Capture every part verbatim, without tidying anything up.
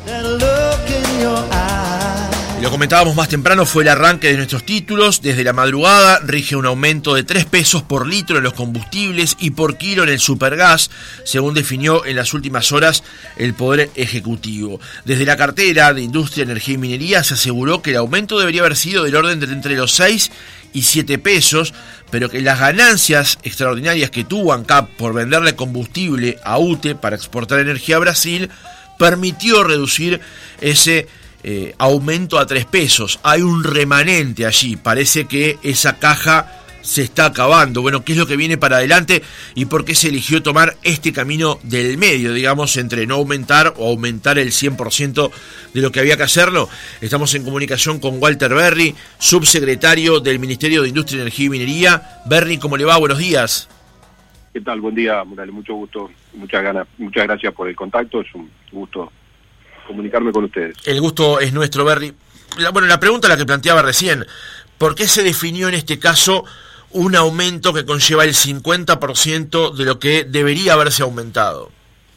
Lo comentábamos más temprano, fue el arranque de nuestros títulos. Desde la madrugada rige un aumento de tres pesos por litro en los combustibles y por kilo en el supergas, según definió en las últimas horas el Poder Ejecutivo. Desde la cartera de Industria, Energía y Minería se aseguró que el aumento debería haber sido del orden de entre los seis y siete pesos, pero que las ganancias extraordinarias que tuvo ANCAP por venderle combustible a U T E para exportar energía a Brasil permitió reducir ese Eh, aumento a tres pesos. Hay un remanente allí, parece que esa caja se está acabando. Bueno, ¿qué es lo que viene para adelante y por qué se eligió tomar este camino del medio, digamos, entre no aumentar o aumentar el cien por ciento de lo que había que hacerlo? Estamos en comunicación con Walter Berry, subsecretario del Ministerio de Industria, Energía y Minería. Berry, ¿cómo le va? Buenos días. ¿Qué tal? Buen día, Morales. Mucho gusto, muchas ganas, muchas gracias por el contacto. Es un gusto comunicarme con ustedes. El gusto es nuestro, Berry. La, bueno, la pregunta la que planteaba recién, ¿por qué se definió en este caso un aumento que conlleva el cincuenta por ciento de lo que debería haberse aumentado?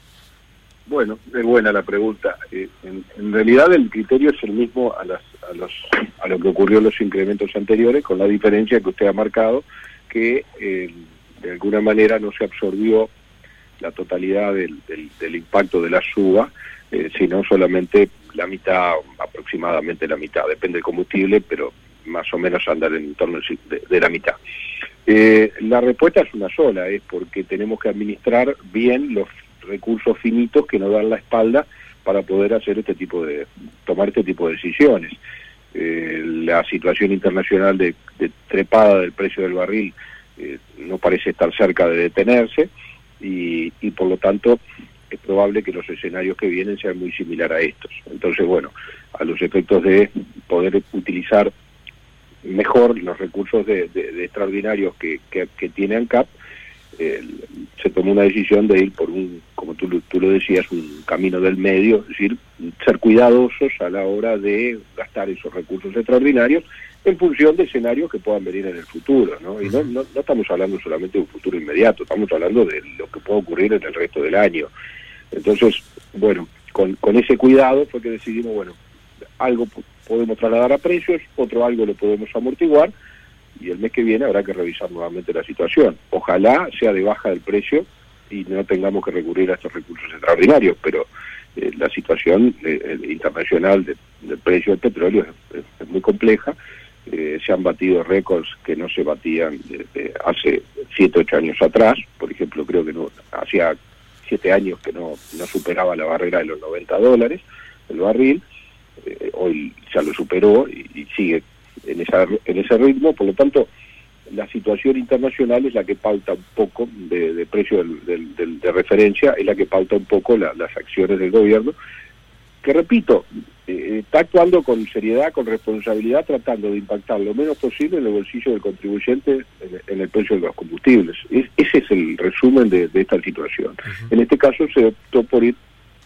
Bueno, es buena la pregunta. Eh, en, en realidad el criterio es el mismo a, las, a, los, a lo que ocurrió en los incrementos anteriores, con la diferencia que usted ha marcado, que eh, de alguna manera no se absorbió la totalidad del, del, del impacto de la suba, Eh, sino solamente la mitad, aproximadamente la mitad, depende del combustible, pero más o menos andar en torno de, de la mitad. Eh, la respuesta es una sola, es porque tenemos que administrar bien los recursos finitos que nos dan la espalda para poder hacer este tipo de, tomar este tipo de decisiones. Eh, la situación internacional de, de trepada del precio del barril eh, no parece estar cerca de detenerse y, y por lo tanto es probable que los escenarios que vienen sean muy similares a estos. Entonces, bueno, a los efectos de poder utilizar mejor los recursos de, de, de extraordinarios que, que, que tiene ANCAP, eh, se tomó una decisión de ir por un, como tú, tú lo decías, un camino del medio, es decir, ser cuidadosos a la hora de gastar esos recursos extraordinarios en función de escenarios que puedan venir en el futuro, ¿no? Y no, no, no estamos hablando solamente de un futuro inmediato, estamos hablando de lo que puede ocurrir en el resto del año. Entonces, bueno, con, con ese cuidado fue que decidimos, bueno, algo podemos trasladar a precios, otro algo lo podemos amortiguar, y el mes que viene habrá que revisar nuevamente la situación. Ojalá sea de baja del precio y no tengamos que recurrir a estos recursos extraordinarios, pero eh, la situación eh, internacional de, del precio del petróleo es, es, es muy compleja. Eh, se han batido récords que no se batían desde hace siete, ocho años atrás. Por ejemplo, creo que no hacía siete años que no, no superaba la barrera de los noventa dólares el barril. Eh, hoy ya lo superó y, y sigue en, esa, en ese ritmo. Por lo tanto, la situación internacional es la que pauta un poco de, de precio del, del, del, de referencia, es la que pauta un poco la, las acciones del gobierno, que repito, eh, está actuando con seriedad, con responsabilidad, tratando de impactar lo menos posible en el bolsillo del contribuyente en, en el precio de los combustibles. Es, ese es el resumen de, de esta situación. Uh-huh. En este caso se optó por ir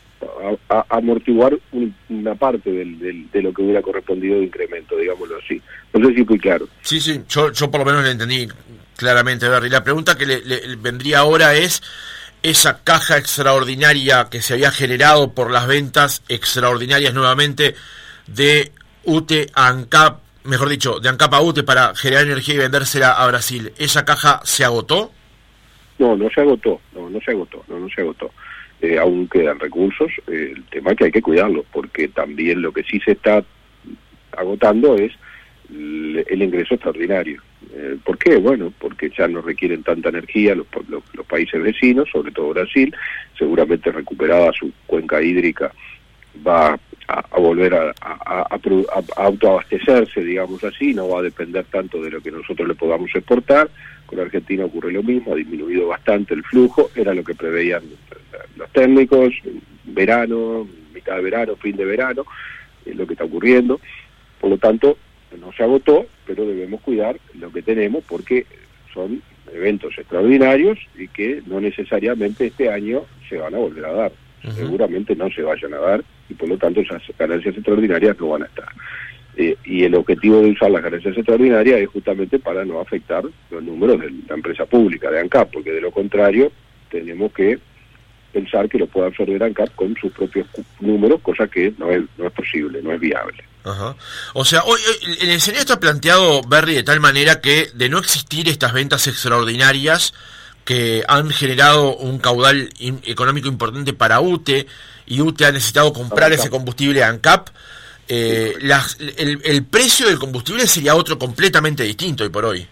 a, a amortiguar un, una parte del, del, de lo que hubiera correspondido de incremento, digámoslo así. No sé si fui claro. Sí, sí, yo, yo por lo menos le entendí claramente, Berry. La pregunta que le, le vendría ahora es: esa caja extraordinaria que se había generado por las ventas extraordinarias nuevamente de U T E a ANCAP, mejor dicho, de ANCAP a U T E para generar energía y vendérsela a Brasil, ¿esa caja se agotó? No, no se agotó, no, no se agotó, no, no se agotó. Eh, aún quedan recursos, eh, el tema es que hay que cuidarlo, porque también lo que sí se está agotando es el, el ingreso extraordinario. Eh, ¿Por qué? Bueno, porque ya no requieren tanta energía los, los, los países vecinos, sobre todo Brasil, seguramente recuperada su cuenca hídrica va a, a volver a, a, a, a autoabastecerse, digamos así, no va a depender tanto de lo que nosotros le podamos exportar. Con Argentina ocurre lo mismo, ha disminuido bastante el flujo, era lo que preveían los técnicos, verano, mitad de verano, fin de verano, es lo que está ocurriendo. Por lo tanto, no se agotó, pero debemos cuidar lo que tenemos porque son eventos extraordinarios y que no necesariamente este año se van a volver a dar. Uh-huh. Seguramente no se vayan a dar y por lo tanto esas ganancias extraordinarias no van a estar. Eh, y el objetivo de usar las ganancias extraordinarias es justamente para no afectar los números de la empresa pública, de ANCAP, porque de lo contrario tenemos que pensar que lo pueda absorber ANCAP con sus propios números, cosa que no es, no es posible, no es viable. Ajá. O sea, hoy, hoy el escenario está planteado, Berry, de tal manera que de no existir estas ventas extraordinarias que han generado un caudal in, económico importante para U T E, y U T E ha necesitado comprar ANCAP. Ese combustible a ANCAP, eh, sí, las, el, el precio del combustible sería otro completamente distinto hoy por hoy.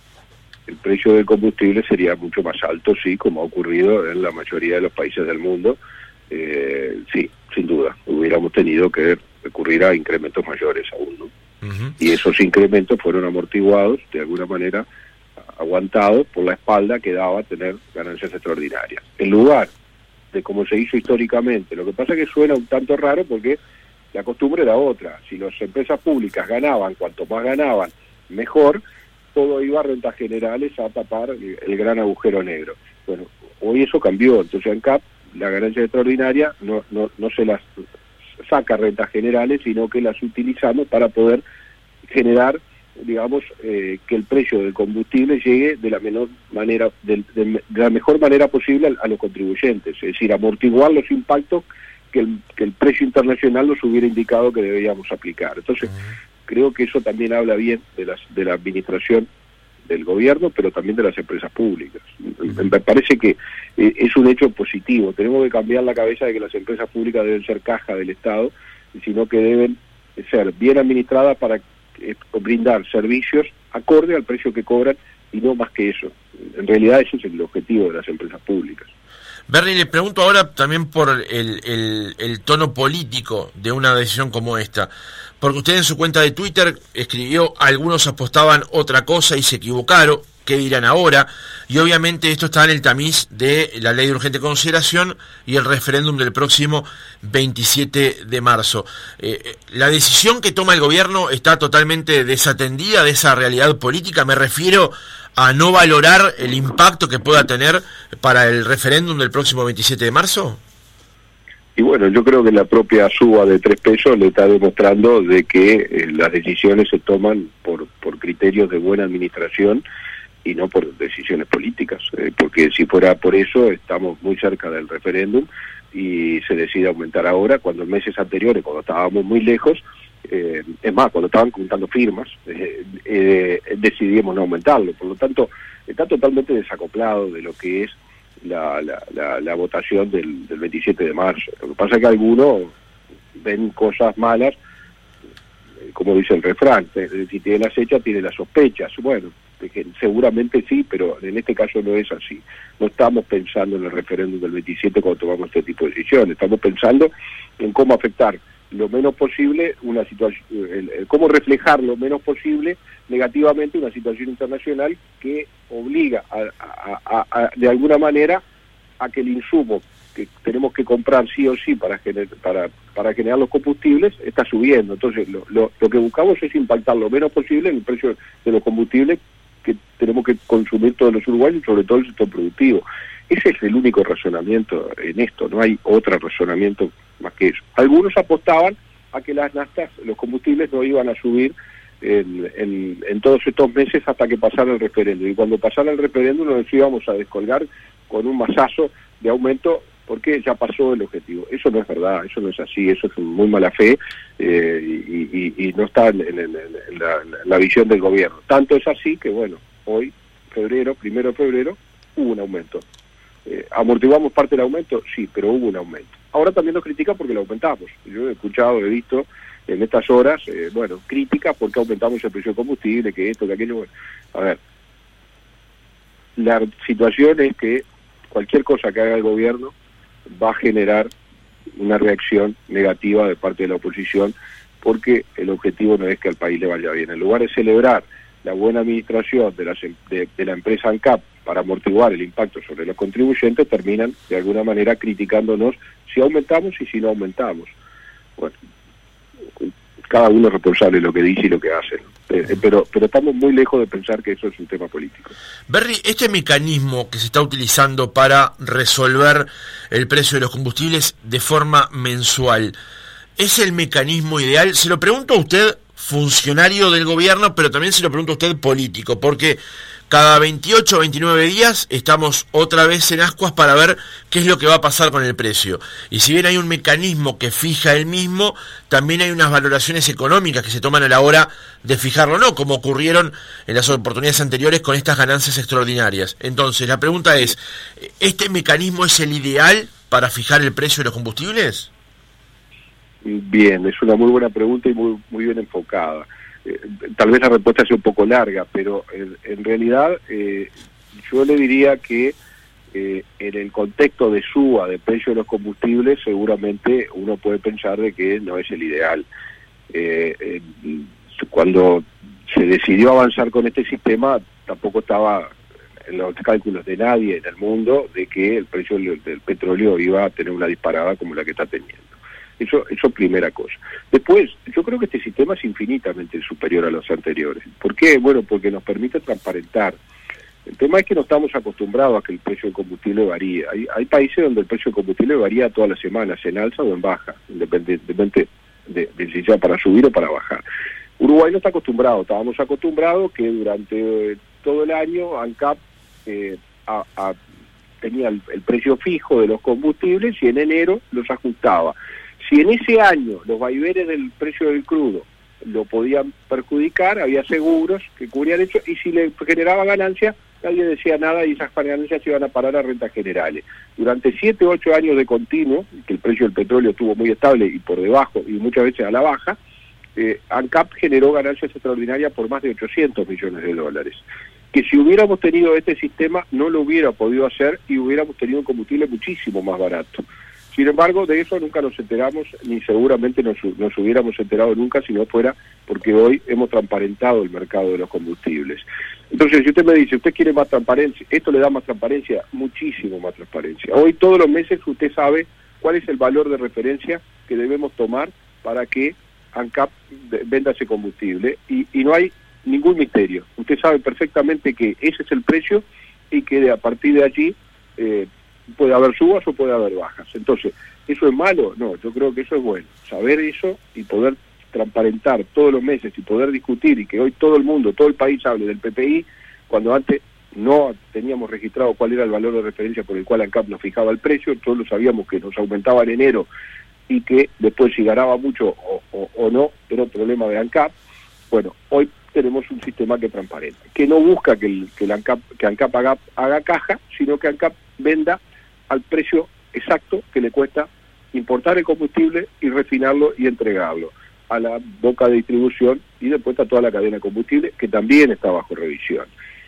El precio del combustible sería mucho más alto, sí, como ha ocurrido en la mayoría de los países del mundo. Eh, sí, sin duda, hubiéramos tenido que recurrir a incrementos mayores aún, ¿no? Uh-huh. Y esos incrementos fueron amortiguados, de alguna manera aguantados por la espalda que daba tener ganancias extraordinarias. En lugar de como se hizo históricamente, lo que pasa es que suena un tanto raro porque la costumbre era otra. Si las empresas públicas ganaban, cuanto más ganaban, mejor, todo iba a rentas generales a tapar el, el gran agujero negro. Bueno, hoy eso cambió, entonces ANCAP, la ganancia extraordinaria, no, no, no se las saca rentas generales, sino que las utilizamos para poder generar, digamos, eh, que el precio del combustible llegue de la menor manera, de, de, de la mejor manera posible a, a los contribuyentes, es decir, amortiguar los impactos que el, que el precio internacional nos hubiera indicado que deberíamos aplicar. Entonces, uh-huh. creo que eso también habla bien de las de la administración del gobierno, pero también de las empresas públicas. Uh-huh. Me parece que eh, es un hecho positivo. Tenemos que cambiar la cabeza de que las empresas públicas deben ser caja del Estado, sino que deben ser bien administradas para eh, brindar servicios acorde al precio que cobran y no más que eso. En realidad ese es el objetivo de las empresas públicas. Berry, le pregunto ahora también por el, el, el tono político de una decisión como esta, porque usted en su cuenta de Twitter escribió: algunos apostaban otra cosa y se equivocaron, ¿qué dirán ahora? Y obviamente esto está en el tamiz de la ley de urgente consideración y el referéndum del próximo veintisiete de marzo. Eh, ¿La decisión que toma el gobierno está totalmente desatendida de esa realidad política? Me refiero a no valorar el impacto que pueda tener para el referéndum del próximo veintisiete de marzo. Y bueno, yo creo que la propia suba de tres pesos le está demostrando de que eh, las decisiones se toman por, por criterios de buena administración y no por decisiones políticas, eh, porque si fuera por eso estamos muy cerca del referéndum y se decide aumentar ahora, cuando en meses anteriores, cuando estábamos muy lejos, eh, es más, cuando estaban contando firmas, eh, eh, decidimos no aumentarlo. Por lo tanto, está totalmente desacoplado de lo que es la, la, la, la votación del, del veintisiete de marzo. Lo que pasa es que algunos ven cosas malas, eh, como dice el refrán, eh, si tiene la acecha, tiene las sospechas. Bueno, que seguramente sí, pero en este caso no es así. No estamos pensando en el referéndum del veintisiete cuando tomamos este tipo de decisiones, estamos pensando en cómo afectar lo menos posible una situación, el, el, cómo reflejar lo menos posible negativamente una situación internacional que obliga a, a, a, a, de alguna manera a que el insumo que tenemos que comprar sí o sí para gener, para para generar los combustibles está subiendo. Entonces lo, lo, lo que buscamos es impactar lo menos posible en el precio de los combustibles que tenemos que consumir todos los uruguayos, sobre todo el sector productivo. Ese es el único razonamiento en esto, no hay otro razonamiento más que eso. Algunos apostaban a que las naftas, los combustibles no iban a subir en, en, en todos estos meses hasta que pasara el referéndum, y cuando pasara el referéndum nos íbamos a descolgar con un masazo de aumento porque ya pasó el objetivo. Eso no es verdad, eso no es así, eso es muy mala fe eh, y, y, y no está en, en, en, en, la, en la visión del gobierno. Tanto es así que, bueno, hoy, febrero, primero de febrero, hubo un aumento. Eh, ¿Amortiguamos parte del aumento? Sí, pero hubo un aumento. Ahora también nos critican porque lo aumentamos. Yo he escuchado, he visto en estas horas, eh, bueno, críticas porque aumentamos el precio del combustible, que esto, que aquello. Bueno, a ver, la situación es que cualquier cosa que haga el gobierno va a generar una reacción negativa de parte de la oposición, porque el objetivo no es que al país le vaya bien. En lugar de celebrar la buena administración de, las, de, de la empresa ANCAP para amortiguar el impacto sobre los contribuyentes, terminan de alguna manera criticándonos si aumentamos y si no aumentamos. Bueno, cada uno es responsable de lo que dice y lo que hace, ¿no? Eh, pero, pero estamos muy lejos de pensar que eso es un tema político. Berry, este mecanismo que se está utilizando para resolver el precio de los combustibles de forma mensual, ¿es el mecanismo ideal? Se lo pregunto a usted, funcionario del gobierno, pero también se lo pregunto a usted, político, porque Cada veintiocho o veintinueve días estamos otra vez en ascuas para ver qué es lo que va a pasar con el precio. Y si bien hay un mecanismo que fija el mismo, también hay unas valoraciones económicas que se toman a la hora de fijarlo, no como ocurrieron en las oportunidades anteriores con estas ganancias extraordinarias. Entonces, la pregunta es, ¿este mecanismo es el ideal para fijar el precio de los combustibles? Bien, es una muy buena pregunta y muy, muy bien enfocada. Eh, tal vez la respuesta sea un poco larga, pero en, en realidad eh, yo le diría que eh, en el contexto de suba de precio de los combustibles seguramente uno puede pensar de que no es el ideal. Eh, eh, cuando se decidió avanzar con este sistema tampoco estaba en los cálculos de nadie en el mundo de que el precio del, del petróleo iba a tener una disparada como la que está teniendo. Eso, eso primera cosa. Después, yo creo que este sistema es infinitamente superior a los anteriores. ¿Por qué? Bueno, porque nos permite transparentar. El tema es que no estamos acostumbrados a que el precio del combustible varíe. Hay, hay países donde el precio del combustible varía todas las semanas, en alza o en baja, independientemente de, de si sea para subir o para bajar. Uruguay no está acostumbrado. Estábamos acostumbrados que durante todo el año ANCAP eh, a, a, tenía el, el precio fijo de los combustibles y en enero los ajustaba. Si en ese año los vaivenes del precio del crudo lo podían perjudicar, había seguros que cubrían eso, y si le generaba ganancia, nadie decía nada y esas ganancias iban a parar a rentas generales. Durante siete u ocho años de continuo, que el precio del petróleo estuvo muy estable y por debajo, y muchas veces a la baja, eh, ANCAP generó ganancias extraordinarias por más de ochocientos millones de dólares. Que si hubiéramos tenido este sistema, no lo hubiera podido hacer y hubiéramos tenido un combustible muchísimo más barato. Sin embargo, de eso nunca nos enteramos, ni seguramente nos, nos hubiéramos enterado nunca si no fuera porque hoy hemos transparentado el mercado de los combustibles. Entonces, si usted me dice, ¿usted quiere más transparencia? ¿Esto le da más transparencia? Muchísimo más transparencia. Hoy, todos los meses, usted sabe cuál es el valor de referencia que debemos tomar para que ANCAP venda ese combustible. Y, y no hay ningún misterio. Usted sabe perfectamente que ese es el precio y que de, a partir de allí... Eh, puede haber subas o puede haber bajas. Entonces, ¿eso es malo? No, yo creo que eso es bueno. Saber eso y poder transparentar todos los meses y poder discutir y que hoy todo el mundo, todo el país hable del P P I, cuando antes no teníamos registrado cuál era el valor de referencia por el cual ANCAP nos fijaba el precio, todos sabíamos que nos aumentaba en enero y que después si ganaba mucho o, o, o no, era un problema de ANCAP. Bueno, hoy tenemos un sistema que transparenta, que no busca que, el, que, el ANCAP, que ANCAP haga, haga caja, sino que ANCAP venda al precio exacto que le cuesta importar el combustible y refinarlo y entregarlo a la boca de distribución y después a toda la cadena de combustible, que también está bajo revisión.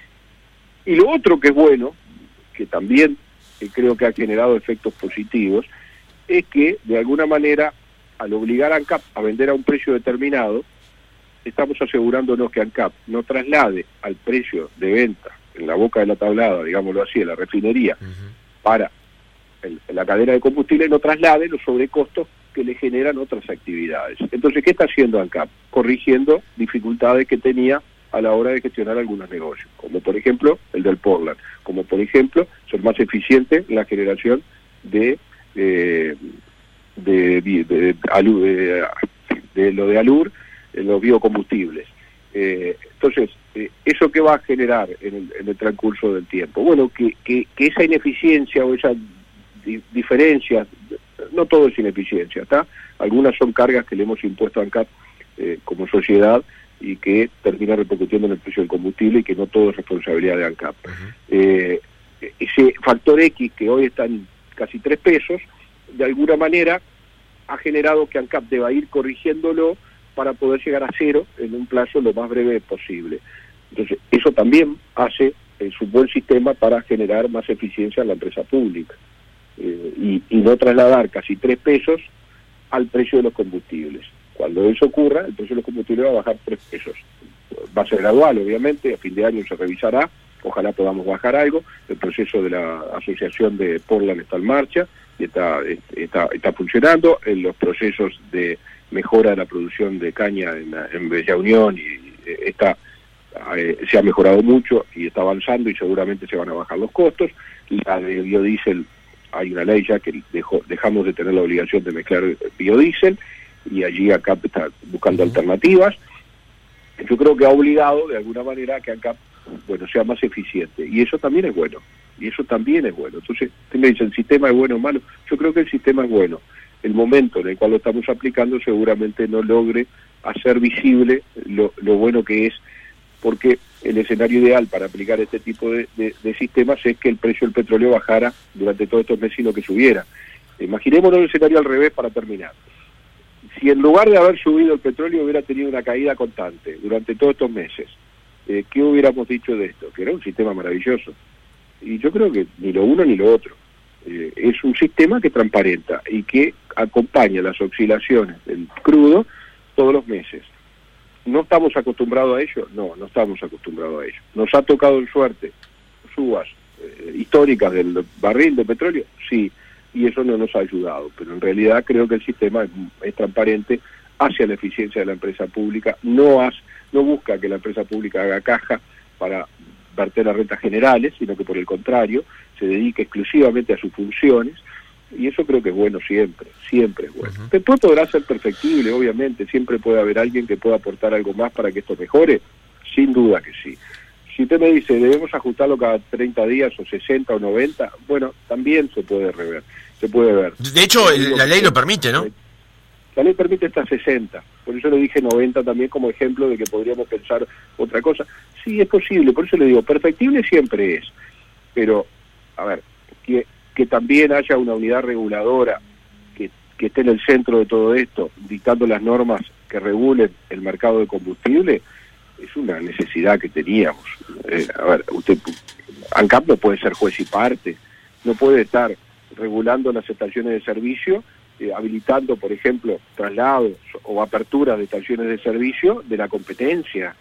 Y lo otro que es bueno, que también eh, creo que ha generado efectos positivos, es que de alguna manera, al obligar a ANCAP a vender a un precio determinado, estamos asegurándonos que ANCAP no traslade al precio de venta en la boca de la tablada, digámoslo así, en la refinería, uh-huh. para el, la cadena de combustible, no traslade los sobrecostos que le generan otras actividades. Entonces, ¿qué está haciendo ANCAP? Corrigiendo dificultades que tenía a la hora de gestionar algunos negocios, como por ejemplo el del Portland, como por ejemplo ser más eficiente en la generación de, eh, de, de, de, de, de lo de Alur, en los biocombustibles. Eh, entonces, eh, ¿eso qué va a generar en el, en el transcurso del tiempo? Bueno, que, que, que esa ineficiencia o esa di diferencia, no todo es ineficiencia, ¿está? Algunas son cargas que le hemos impuesto a ANCAP eh, como sociedad y que termina repercutiendo en el precio del combustible y que no todo es responsabilidad de ANCAP. Uh-huh. eh, ese factor X que hoy está en casi tres pesos, de alguna manera ha generado que ANCAP deba ir corrigiéndolo para poder llegar a cero en un plazo lo más breve posible. Entonces, eso también hace eh, su buen sistema para generar más eficiencia en la empresa pública eh, y, y no trasladar casi tres pesos al precio de los combustibles. Cuando eso ocurra, el precio de los combustibles va a bajar tres pesos. Va a ser gradual, obviamente, a fin de año se revisará, ojalá podamos bajar algo. El proceso de la asociación de Portland está en marcha y está, está, está funcionando. En los procesos de mejora de la producción de caña en, en Bella Unión y eh, está, eh, se ha mejorado mucho y está avanzando y seguramente se van a bajar los costos. La de biodiesel, hay una ley ya que dejó, dejamos de tener la obligación de mezclar biodiesel y allí ANCAP está buscando uh-huh. alternativas. Yo creo que ha obligado de alguna manera que ANCAP bueno, sea más eficiente. Y eso también es bueno. Y eso también es bueno. Entonces, usted me dice, ¿el sistema es bueno o malo? Yo creo que el sistema es bueno. El momento en el cual lo estamos aplicando seguramente no logre hacer visible lo, lo bueno que es, porque el escenario ideal para aplicar este tipo de, de, de sistemas es que el precio del petróleo bajara durante todos estos meses y no que subiera. Imaginémonos el escenario al revés para terminar. Si en lugar de haber subido el petróleo hubiera tenido una caída constante durante todos estos meses, eh, ¿qué hubiéramos dicho de esto? Que era un sistema maravilloso. Y yo creo que ni lo uno ni lo otro. Eh, es un sistema que transparenta y que acompaña las oscilaciones del crudo todos los meses. ¿No estamos acostumbrados a ello? No, no estamos acostumbrados a ello. ¿Nos ha tocado en suerte subas eh, históricas del barril de petróleo? Sí, y eso no nos ha ayudado, pero en realidad creo que el sistema es, es transparente hacia la eficiencia de la empresa pública, no, has, no busca que la empresa pública haga caja para verter las rentas generales, sino que por el contrario se dedique exclusivamente a sus funciones, y eso creo que es bueno siempre, siempre es bueno. Uh-huh. Después podrá ser perfectible, obviamente, siempre puede haber alguien que pueda aportar algo más para que esto mejore, sin duda que sí. Si usted me dice, debemos ajustarlo cada treinta días o sesenta o noventa, bueno, también se puede rever, se puede ver. De hecho, el, la ley lo permite, ¿no? La ley permite hasta sesenta, por eso le dije noventa también como ejemplo de que podríamos pensar otra cosa. Sí, es posible, por eso le digo, perfectible siempre es, pero, a ver, que, que también haya una unidad reguladora que, que esté en el centro de todo esto, dictando las normas que regulen el mercado de combustible, es una necesidad que teníamos. Eh, a ver, usted, ANCAP no puede ser juez y parte, no puede estar regulando las estaciones de servicio, eh, habilitando, por ejemplo, traslados o aperturas de estaciones de servicio de la competencia,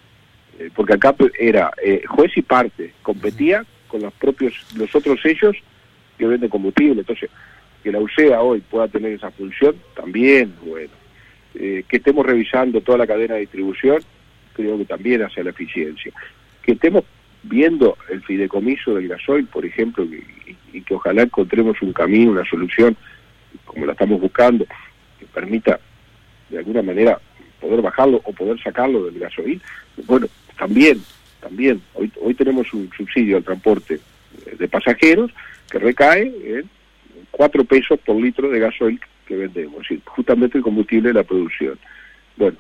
eh, porque ANCAP era eh, juez y parte, competía con los propios, los otros sellos que venden combustible. Entonces, que la U C E A hoy pueda tener esa función, también, bueno. Eh, que estemos revisando toda la cadena de distribución, creo que también hacia la eficiencia. Que estemos viendo el fideicomiso del gasoil, por ejemplo, y, y que ojalá encontremos un camino, una solución, como la estamos buscando, que permita de alguna manera poder bajarlo o poder sacarlo del gasoil. Bueno, también, también, hoy, hoy tenemos un subsidio al transporte de pasajeros que recae en cuatro pesos por litro de gasoil que vendemos, es decir, justamente el combustible de la producción. Bueno,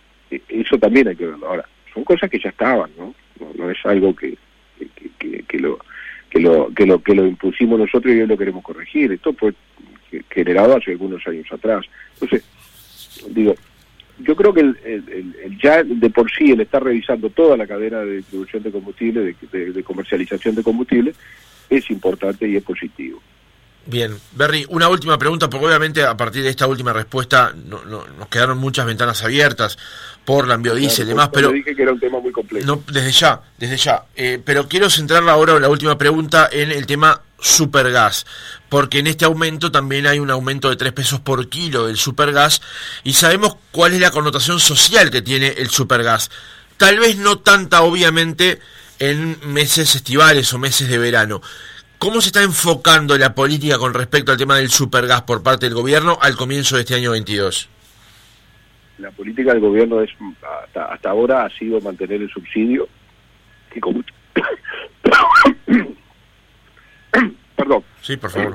eso también hay que verlo. Ahora, son cosas que ya estaban, ¿no? No, no es algo que, que, que, que, lo, que, lo, que, lo, que lo impusimos nosotros y hoy lo queremos corregir. Esto fue generado hace algunos años atrás. Entonces, digo, yo creo que el, el, el, el ya de por sí el estar revisando toda la cadena de distribución de combustible, de, de, de comercialización de combustible, es importante y es positivo. Bien, Berry, una última pregunta, porque obviamente a partir de esta última respuesta no, no, nos quedaron muchas ventanas abiertas por la biodiesel y demás, pero dije que era un tema muy complejo. No, desde ya, desde ya. Eh, pero quiero centrarla ahora en la última pregunta en el tema supergas, porque en este aumento también hay un aumento de tres pesos por kilo del supergas y sabemos cuál es la connotación social que tiene el supergas. Tal vez no tanta, obviamente, en meses estivales o meses de verano. ¿Cómo se está enfocando la política con respecto al tema del supergas por parte del gobierno al comienzo de este año veintidós? La política del gobierno es hasta, hasta ahora ha sido mantener el subsidio que como... Perdón. Sí, por favor.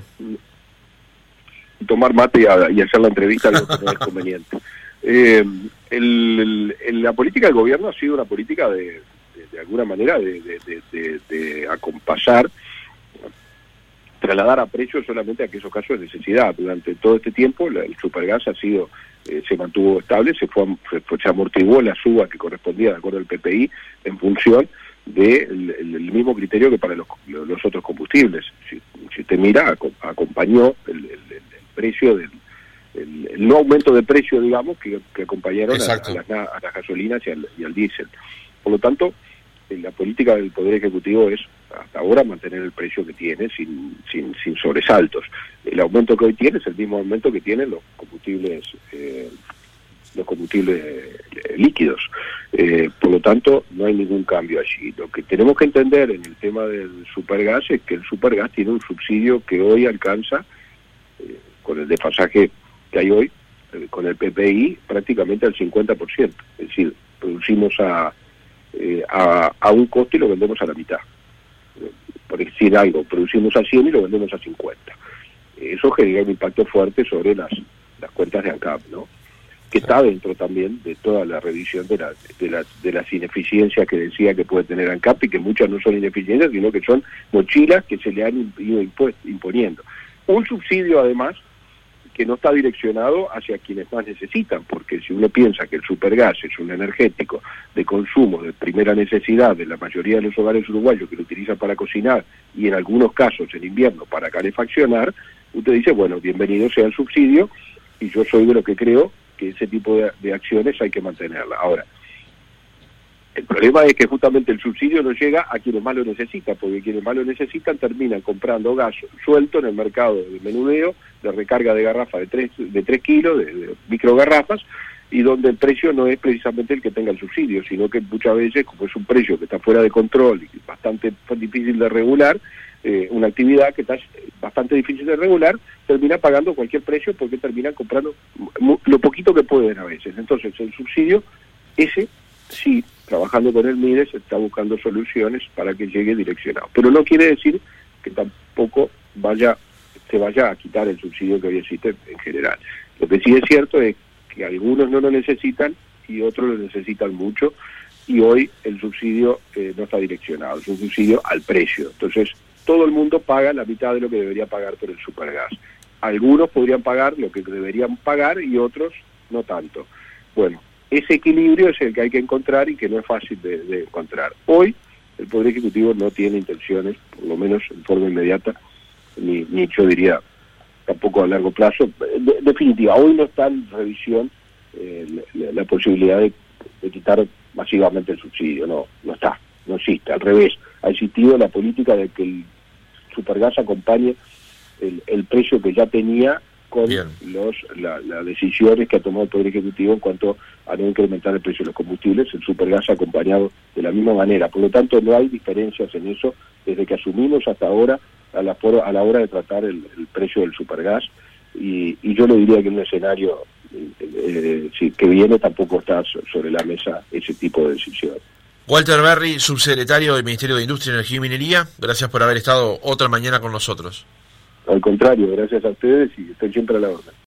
Tomar mate y, a, y hacer la entrevista lo que no es conveniente. Eh, el, el, la política del gobierno ha sido una política de, de, de alguna manera de, de, de, de, de acompasar, trasladar a precio solamente a aquellos casos de necesidad. Durante todo este tiempo la, el supergas ha sido eh, se mantuvo estable, se fue, se, fue se amortiguó la suba que correspondía de acuerdo al P P I en función del de el, el mismo criterio que para los, los otros combustibles. Si, si usted mira, acompañó el, el, el precio del el, el no aumento de precio, digamos, que, que acompañaron a, a, las, a las gasolinas y al, y al diésel. Por lo tanto, la política del Poder Ejecutivo es hasta ahora mantener el precio que tiene sin, sin, sin sobresaltos. El aumento que hoy tiene es el mismo aumento que tienen los combustibles eh, los combustibles eh, líquidos. Eh, por lo tanto, no hay ningún cambio allí. Lo que tenemos que entender en el tema del supergas es que el supergas tiene un subsidio que hoy alcanza, eh, con el desfasaje que hay hoy, eh, con el P P I, prácticamente al cincuenta por ciento. Es decir, producimos a eh, a, a un costo y lo vendemos a la mitad. Por decir algo, producimos a cien y lo vendemos a cincuenta. Eso genera un impacto fuerte sobre las, las cuentas de ANCAP, ¿no? Que está dentro también de toda la revisión de, la, de, la, de las ineficiencias que decía que puede tener ANCAP, y que muchas no son ineficiencias, sino que son mochilas que se le han ido imponiendo. Un subsidio, además, que no está direccionado hacia quienes más necesitan, porque si uno piensa que el supergas es un energético de consumo de primera necesidad de la mayoría de los hogares uruguayos que lo utilizan para cocinar y en algunos casos en invierno para calefaccionar, usted dice, bueno, bienvenido sea el subsidio, y yo soy de lo que creo que ese tipo de, de acciones hay que mantenerla. Ahora, el problema es que justamente el subsidio no llega a quienes más lo necesitan, porque quienes más lo necesitan terminan comprando gas suelto en el mercado de menudeo, de recarga de garrafa de tres, de tres kilos, de, de microgarrafas, y donde el precio no es precisamente el que tenga el subsidio, sino que muchas veces, como es un precio que está fuera de control y bastante difícil de regular, eh, una actividad que está bastante difícil de regular, termina pagando cualquier precio porque terminan comprando lo poquito que pueden a veces. Entonces el subsidio, ese sí, trabajando con el MIDES, está buscando soluciones para que llegue direccionado. Pero no quiere decir que tampoco vaya se vaya a quitar el subsidio que hoy existe en general. Lo que sí es cierto es que algunos no lo necesitan y otros lo necesitan mucho, y hoy el subsidio eh, no está direccionado, es un subsidio al precio. Entonces, todo el mundo paga la mitad de lo que debería pagar por el supergas. Algunos podrían pagar lo que deberían pagar y otros no tanto. Bueno, ese equilibrio es el que hay que encontrar y que no es fácil de, de encontrar. Hoy el Poder Ejecutivo no tiene intenciones, por lo menos en forma inmediata, ni, ni yo diría tampoco a largo plazo. De, definitiva, hoy no está en revisión eh, la, la posibilidad de, de quitar masivamente el subsidio, no, no está, no existe, al revés. Ha existido la política de que el supergas acompañe el, el precio que ya tenía con los las la decisiones que ha tomado el Poder Ejecutivo en cuanto a no incrementar el precio de los combustibles. El supergas ha acompañado de la misma manera, por lo tanto no hay diferencias en eso desde que asumimos hasta ahora a la, a la hora de tratar el, el precio del supergas, y, y yo le diría que en un escenario eh, eh, sí, que viene tampoco está sobre la mesa ese tipo de decisiones. Walter Berry, subsecretario del Ministerio de Industria, Energía y Minería, gracias por haber estado otra mañana con nosotros. Al contrario, gracias a ustedes y estoy siempre a la orden.